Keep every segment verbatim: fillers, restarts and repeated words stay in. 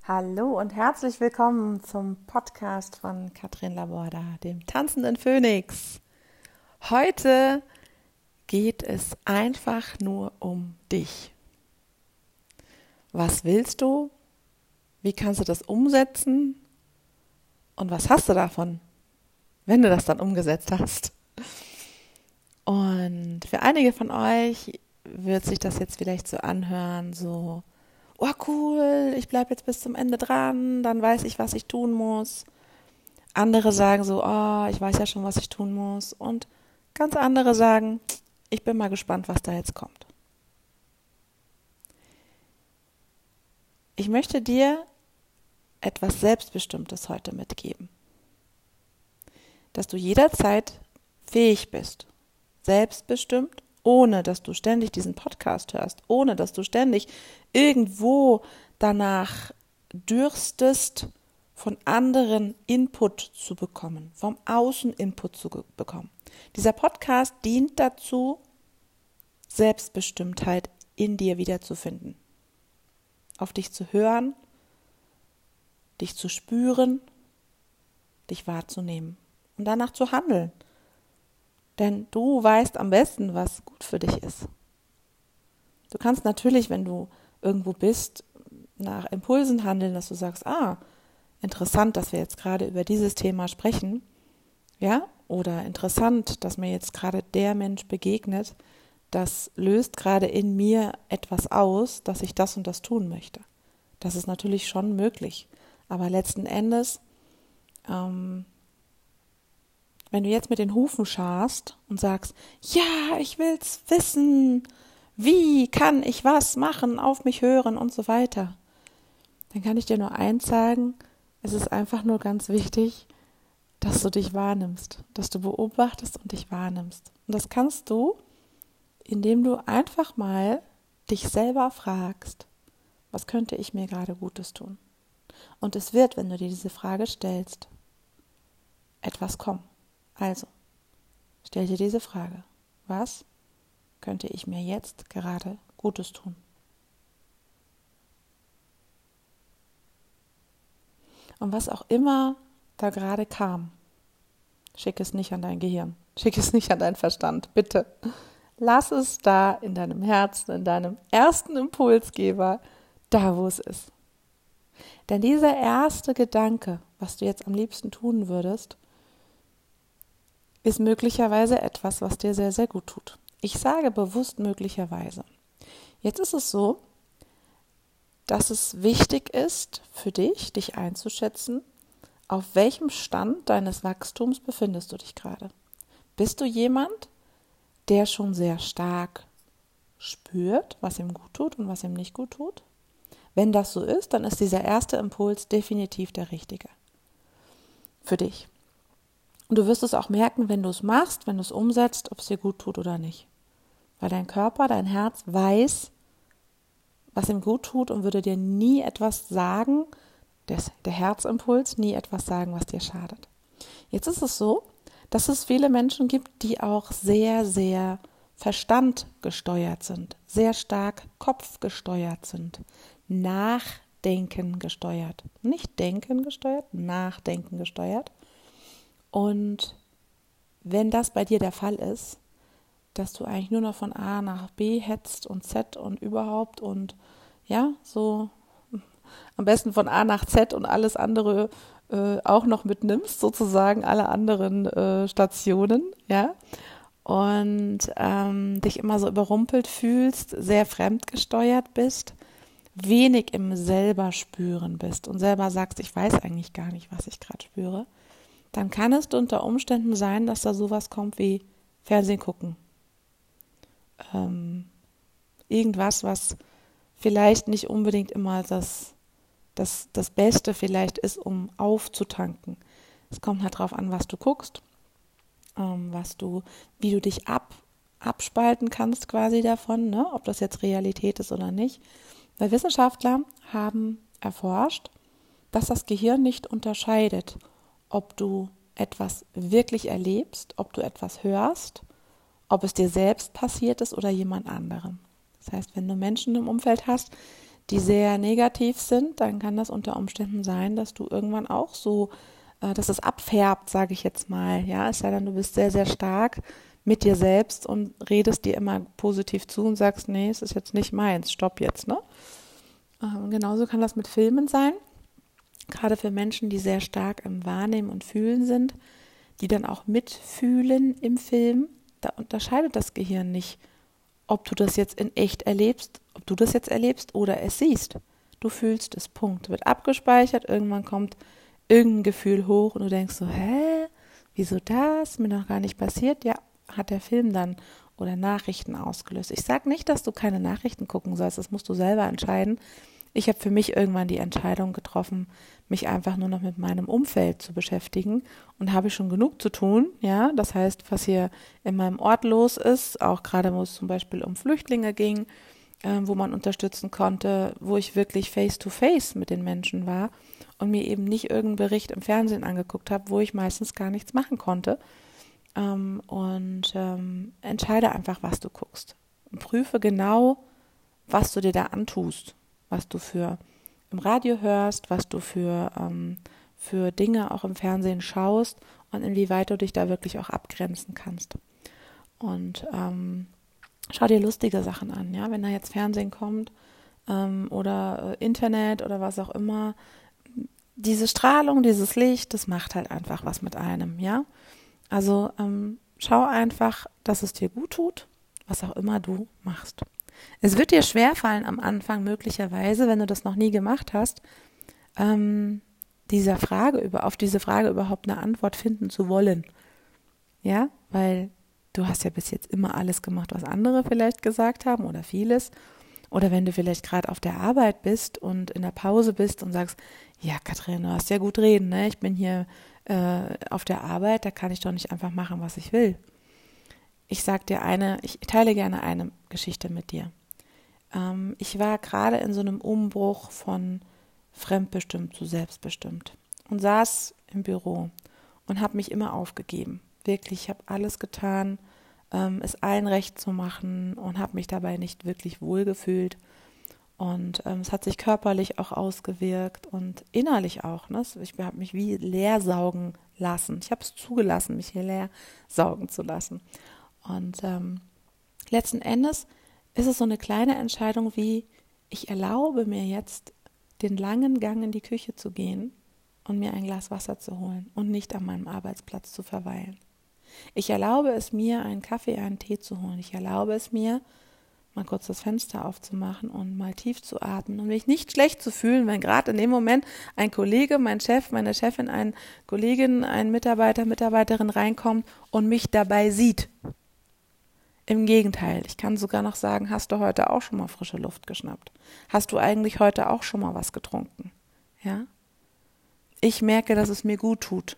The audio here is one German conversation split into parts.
Hallo und herzlich willkommen zum Podcast von Katrin Laborda, dem tanzenden Phönix. Heute geht es einfach nur um dich. Was willst du? Wie kannst du das umsetzen? Und was hast du davon, wenn du das dann umgesetzt hast? Und für einige von euch wird sich das jetzt vielleicht so anhören, so oh cool, ich bleibe jetzt bis zum Ende dran, dann weiß ich, was ich tun muss. Andere sagen so, oh, ich weiß ja schon, was ich tun muss. Und ganz andere sagen, ich bin mal gespannt, was da jetzt kommt. Ich möchte dir etwas Selbstbestimmtes heute mitgeben. Dass du jederzeit fähig bist, selbstbestimmt, ohne dass du ständig diesen Podcast hörst, ohne dass du ständig irgendwo danach dürstest, von anderen Input zu bekommen, vom Außen Input zu bekommen. Dieser Podcast dient dazu, Selbstbestimmtheit in dir wiederzufinden, auf dich zu hören, dich zu spüren, dich wahrzunehmen und danach zu handeln. Denn du weißt am besten, was gut für dich ist. Du kannst natürlich, wenn du irgendwo bist, nach Impulsen handeln, dass du sagst, ah, interessant, dass wir jetzt gerade über dieses Thema sprechen, ja, oder interessant, dass mir jetzt gerade der Mensch begegnet, das löst gerade in mir etwas aus, dass ich das und das tun möchte. Das ist natürlich schon möglich, aber letzten Endes, ähm, wenn du jetzt mit den Hufen scharst und sagst, ja, ich will's wissen, wie kann ich was machen, auf mich hören und so weiter, dann kann ich dir nur eins sagen, es ist einfach nur ganz wichtig, dass du dich wahrnimmst, dass du beobachtest und dich wahrnimmst. Und das kannst du, indem du einfach mal dich selber fragst, was könnte ich mir gerade Gutes tun? Und es wird, wenn du dir diese Frage stellst, etwas kommen. Also, stell dir diese Frage, was könnte ich mir jetzt gerade Gutes tun? Und was auch immer da gerade kam, schick es nicht an dein Gehirn, schick es nicht an deinen Verstand, bitte. Lass es da in deinem Herzen, in deinem ersten Impulsgeber, da wo es ist. Denn dieser erste Gedanke, was du jetzt am liebsten tun würdest, ist möglicherweise etwas, was dir sehr, sehr gut tut. Ich sage bewusst möglicherweise. Jetzt ist es so, dass es wichtig ist für dich, dich einzuschätzen, auf welchem Stand deines Wachstums befindest du dich gerade. Bist du jemand, der schon sehr stark spürt, was ihm gut tut und was ihm nicht gut tut? Wenn das so ist, dann ist dieser erste Impuls definitiv der richtige für dich. Und du wirst es auch merken, wenn du es machst, wenn du es umsetzt, ob es dir gut tut oder nicht. Weil dein Körper, dein Herz weiß, was ihm gut tut und würde dir nie etwas sagen, des, der Herzimpuls, nie etwas sagen, was dir schadet. Jetzt ist es so, dass es viele Menschen gibt, die auch sehr, sehr verstandgesteuert sind, sehr stark kopfgesteuert sind, nachdenken gesteuert. Nicht denken gesteuert, nachdenken gesteuert. Und wenn das bei dir der Fall ist, dass du eigentlich nur noch von A nach B hetzt und Z und überhaupt und ja, so am besten von A nach Z und alles andere äh, auch noch mitnimmst, sozusagen alle anderen äh, Stationen, ja, und ähm, dich immer so überrumpelt fühlst, sehr fremdgesteuert bist, wenig im selber spüren bist und selber sagst, ich weiß eigentlich gar nicht, was ich gerade spüre, dann kann es unter Umständen sein, dass da sowas kommt wie Fernsehen gucken. Ähm, irgendwas, was vielleicht nicht unbedingt immer das, das, das Beste vielleicht ist, um aufzutanken. Es kommt halt drauf an, was du guckst, ähm, was du, wie du dich ab, abspalten kannst quasi davon, ne? Ob das jetzt Realität ist oder nicht. Weil Wissenschaftler haben erforscht, dass das Gehirn nicht unterscheidet, ob du etwas wirklich erlebst, ob du etwas hörst, ob es dir selbst passiert ist oder jemand anderem. Das heißt, wenn du Menschen im Umfeld hast, die sehr negativ sind, dann kann das unter Umständen sein, dass du irgendwann auch so, äh, dass es abfärbt, sage ich jetzt mal. Ja, es sei denn, du bist sehr, sehr stark mit dir selbst und redest dir immer positiv zu und sagst, nee, es ist jetzt nicht meins, stopp jetzt, ne? Ähm, genauso kann das mit Filmen sein, gerade für Menschen, die sehr stark im Wahrnehmen und Fühlen sind, die dann auch mitfühlen im Film. Da unterscheidet das Gehirn nicht, ob du das jetzt in echt erlebst, ob du das jetzt erlebst oder es siehst. Du fühlst es, Punkt. Wird abgespeichert, irgendwann kommt irgendein Gefühl hoch und du denkst so, hä, wieso das? Mir noch gar nicht passiert. Ja, hat der Film dann oder Nachrichten ausgelöst. Ich sage nicht, dass du keine Nachrichten gucken sollst, das musst du selber entscheiden. Ich habe für mich irgendwann die Entscheidung getroffen, mich einfach nur noch mit meinem Umfeld zu beschäftigen und habe ich schon genug zu tun, ja, das heißt, was hier in meinem Ort los ist, auch gerade wo es zum Beispiel um Flüchtlinge ging, äh, wo man unterstützen konnte, wo ich wirklich face-to-face mit den Menschen war und mir eben nicht irgendeinen Bericht im Fernsehen angeguckt habe, wo ich meistens gar nichts machen konnte, ähm, und ähm, entscheide einfach, was du guckst. Und prüfe genau, was du dir da antust, was du für im Radio hörst, was du für, ähm, für Dinge auch im Fernsehen schaust und inwieweit du dich da wirklich auch abgrenzen kannst. Und ähm, schau dir lustige Sachen an, ja, wenn da jetzt Fernsehen kommt ähm, oder äh, Internet oder was auch immer, diese Strahlung, dieses Licht, das macht halt einfach was mit einem, ja. Also ähm, schau einfach, dass es dir gut tut, was auch immer du machst. Es wird dir schwerfallen am Anfang möglicherweise, wenn du das noch nie gemacht hast, ähm, dieser Frage über, auf diese Frage überhaupt eine Antwort finden zu wollen. Ja, weil du hast ja bis jetzt immer alles gemacht, was andere vielleicht gesagt haben oder vieles. Oder wenn du vielleicht gerade auf der Arbeit bist und in der Pause bist und sagst, ja, Katrin, du hast ja gut reden, ne? Ich bin hier äh, auf der Arbeit, da kann ich doch nicht einfach machen, was ich will. Ich sag dir eine, ich teile gerne eine Geschichte mit dir. Ähm, ich war gerade in so einem Umbruch von fremdbestimmt zu selbstbestimmt und saß im Büro und habe mich immer aufgegeben. Wirklich, ich habe alles getan, ähm, es allen recht zu machen und habe mich dabei nicht wirklich wohlgefühlt. Und ähm, es hat sich körperlich auch ausgewirkt und innerlich auch. Ne? Ich habe mich wie leer saugen lassen. Ich habe es zugelassen, mich hier leer saugen zu lassen. Und ähm, letzten Endes ist es so eine kleine Entscheidung wie, ich erlaube mir jetzt, den langen Gang in die Küche zu gehen und mir ein Glas Wasser zu holen und nicht an meinem Arbeitsplatz zu verweilen. Ich erlaube es mir, einen Kaffee, einen Tee zu holen. Ich erlaube es mir, mal kurz das Fenster aufzumachen und mal tief zu atmen und mich nicht schlecht zu fühlen, wenn gerade in dem Moment ein Kollege, mein Chef, meine Chefin, eine Kollegin, ein Mitarbeiter, Mitarbeiterin reinkommt und mich dabei sieht. Im Gegenteil, ich kann sogar noch sagen, hast du heute auch schon mal frische Luft geschnappt? Hast du eigentlich heute auch schon mal was getrunken? Ja? Ich merke, dass es mir gut tut.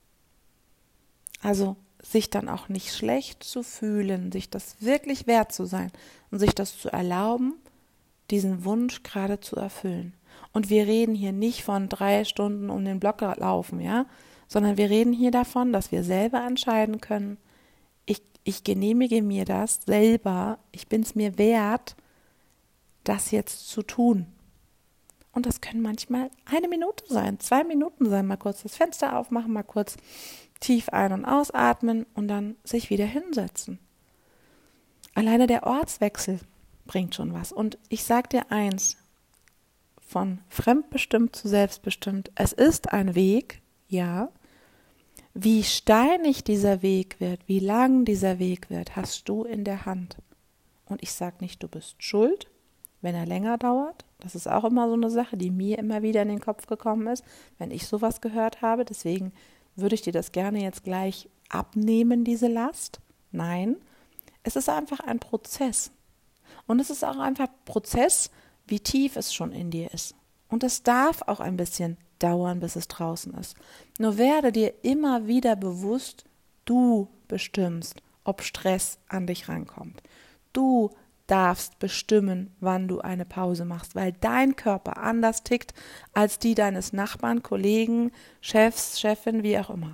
Also sich dann auch nicht schlecht zu fühlen, sich das wirklich wert zu sein und sich das zu erlauben, diesen Wunsch gerade zu erfüllen. Und wir reden hier nicht von drei Stunden um den Block laufen, ja, sondern wir reden hier davon, dass wir selber entscheiden können, ich, ich genehmige mir das selber, ich bin es mir wert, das jetzt zu tun. Und das können manchmal eine Minute sein, zwei Minuten sein, mal kurz das Fenster aufmachen, mal kurz tief ein- und ausatmen und dann sich wieder hinsetzen. Alleine der Ortswechsel bringt schon was. Und ich sage dir eins, von fremdbestimmt zu selbstbestimmt, es ist ein Weg, ja. Wie steinig dieser Weg wird, wie lang dieser Weg wird, hast du in der Hand. Und ich sage nicht, du bist schuld, wenn er länger dauert. Das ist auch immer so eine Sache, die mir immer wieder in den Kopf gekommen ist, wenn ich sowas gehört habe. Deswegen würde ich dir das gerne jetzt gleich abnehmen, diese Last? Nein, es ist einfach ein Prozess. Und es ist auch einfach ein Prozess, wie tief es schon in dir ist. Und es darf auch ein bisschen dauern, bis es draußen ist. Nur werde dir immer wieder bewusst, du bestimmst, ob Stress an dich rankommt. Du darfst bestimmen, wann du eine Pause machst, weil dein Körper anders tickt als die deines Nachbarn, Kollegen, Chefs, Chefin, wie auch immer.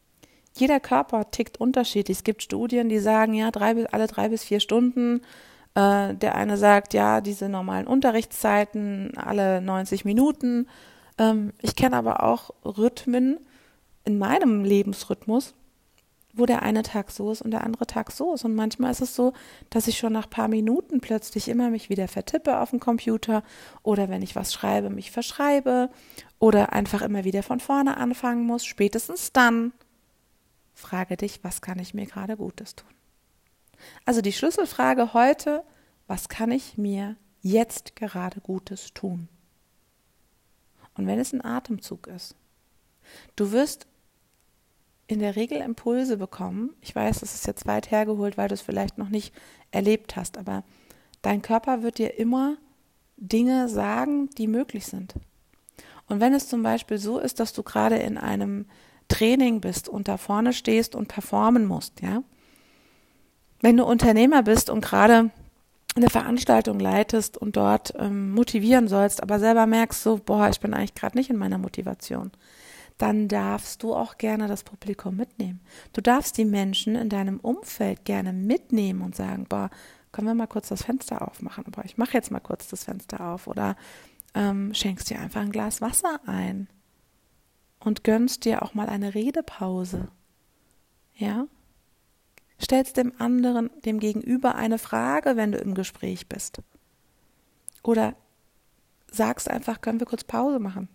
Jeder Körper tickt unterschiedlich. Es gibt Studien, die sagen, ja, drei bis, alle drei bis vier Stunden Äh, der eine sagt, ja, diese normalen Unterrichtszeiten, alle neunzig Minuten. Ähm, ich kenne aber auch Rhythmen in meinem Lebensrhythmus, wo der eine Tag so ist und der andere Tag so ist. Und manchmal ist es so, dass ich schon nach ein paar Minuten plötzlich immer mich wieder vertippe auf dem Computer oder wenn ich was schreibe, mich verschreibe oder einfach immer wieder von vorne anfangen muss. Spätestens dann frage dich, was kann ich mir gerade Gutes tun? Also die Schlüsselfrage heute, was kann ich mir jetzt gerade Gutes tun? Und wenn es ein Atemzug ist, du wirst in der Regel Impulse bekommen. Ich weiß, das ist jetzt weit hergeholt, weil du es vielleicht noch nicht erlebt hast, aber dein Körper wird dir immer Dinge sagen, die möglich sind. Und wenn es zum Beispiel so ist, dass du gerade in einem Training bist und da vorne stehst und performen musst, ja, wenn du Unternehmer bist und gerade eine Veranstaltung leitest und dort ähm, motivieren sollst, aber selber merkst so, boah, ich bin eigentlich gerade nicht in meiner Motivation, dann darfst du auch gerne das Publikum mitnehmen. Du darfst die Menschen in deinem Umfeld gerne mitnehmen und sagen, boah, können wir mal kurz das Fenster aufmachen? Boah, ich mache jetzt mal kurz das Fenster auf. Oder ähm, schenkst dir einfach ein Glas Wasser ein und gönnst dir auch mal eine Redepause. Ja? Stellst dem anderen, dem Gegenüber eine Frage, wenn du im Gespräch bist. Oder sagst einfach, können wir kurz Pause machen?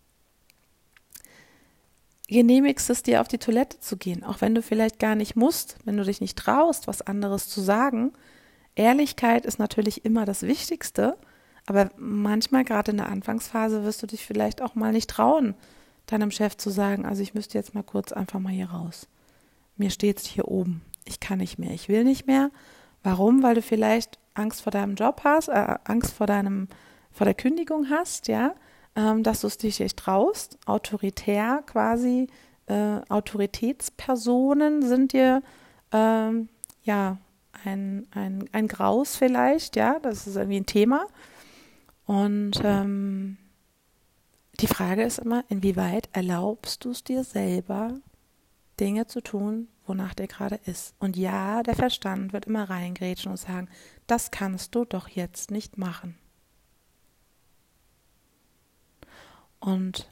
Genehmigst es dir, auf die Toilette zu gehen, auch wenn du vielleicht gar nicht musst, wenn du dich nicht traust, was anderes zu sagen. Ehrlichkeit ist natürlich immer das Wichtigste, aber manchmal, gerade in der Anfangsphase, wirst du dich vielleicht auch mal nicht trauen, deinem Chef zu sagen, also ich müsste jetzt mal kurz einfach mal hier raus. Mir steht's hier oben. Ich kann nicht mehr, ich will nicht mehr. Warum? Weil du vielleicht Angst vor deinem Job hast, äh, Angst vor deinem, vor der Kündigung hast, ja, ähm, dass du es dich nicht traust. Autoritär quasi, äh, Autoritätspersonen sind dir, ähm, ja, ein, ein, ein Graus vielleicht, ja, das ist irgendwie ein Thema. Und ähm, die Frage ist immer, inwieweit erlaubst du es dir selber, Dinge zu tun, wonach dir gerade ist. Und ja, der Verstand wird immer reingrätschen und sagen, das kannst du doch jetzt nicht machen. Und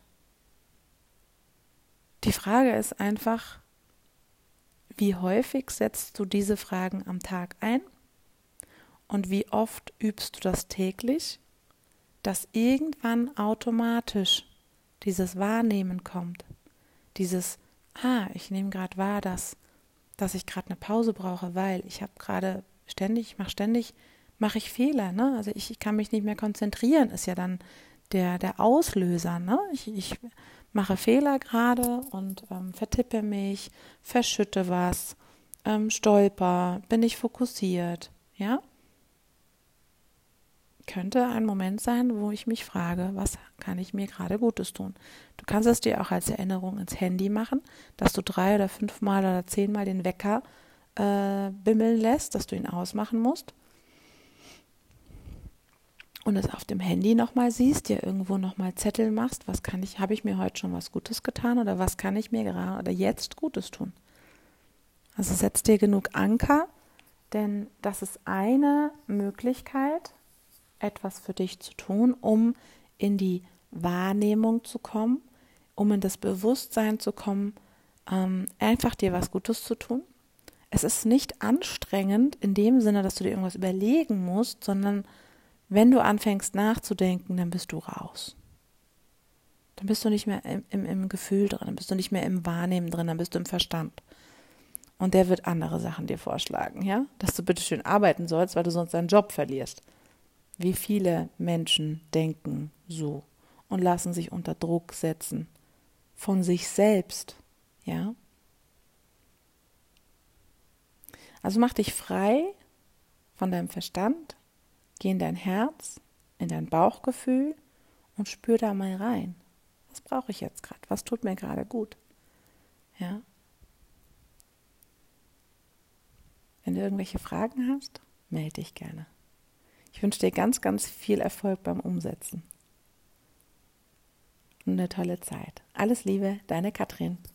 die Frage ist einfach, wie häufig setzt du diese Fragen am Tag ein und wie oft übst du das täglich, dass irgendwann automatisch dieses Wahrnehmen kommt, dieses ah, ich nehme gerade wahr, dass, dass ich gerade eine Pause brauche, weil ich habe gerade ständig, ich mache ständig, mache ich Fehler, ne? Also ich, ich kann mich nicht mehr konzentrieren, ist ja dann der, der Auslöser, ne? Ich, ich mache Fehler gerade und ähm, vertippe mich, verschütte was, ähm, stolper, bin nicht fokussiert, ja? Könnte ein Moment sein, wo ich mich frage, was kann ich mir gerade Gutes tun? Du kannst es dir auch als Erinnerung ins Handy machen, dass du drei oder fünfmal oder zehnmal den Wecker äh, bimmeln lässt, dass du ihn ausmachen musst und es auf dem Handy nochmal siehst, dir irgendwo nochmal Zettel machst, was kann ich, habe ich mir heute schon was Gutes getan oder was kann ich mir gerade oder jetzt Gutes tun? Also setz dir genug Anker, denn das ist eine Möglichkeit, etwas für dich zu tun, um in die Wahrnehmung zu kommen, um in das Bewusstsein zu kommen, ähm, einfach dir was Gutes zu tun. Es ist nicht anstrengend in dem Sinne, dass du dir irgendwas überlegen musst, sondern wenn du anfängst nachzudenken, dann bist du raus. Dann bist du nicht mehr im, im, im Gefühl drin, dann bist du nicht mehr im Wahrnehmen drin, dann bist du im Verstand. Und der wird andere Sachen dir vorschlagen, ja, dass du bitteschön arbeiten sollst, weil du sonst deinen Job verlierst. Wie viele Menschen denken so und lassen sich unter Druck setzen von sich selbst, ja? Also mach dich frei von deinem Verstand, geh in dein Herz, in dein Bauchgefühl und spür da mal rein. Was brauche ich jetzt gerade? Was tut mir gerade gut? Ja? Wenn du irgendwelche Fragen hast, melde dich gerne. Ich wünsche dir ganz, ganz viel Erfolg beim Umsetzen. Und eine tolle Zeit. Alles Liebe, deine Katrin.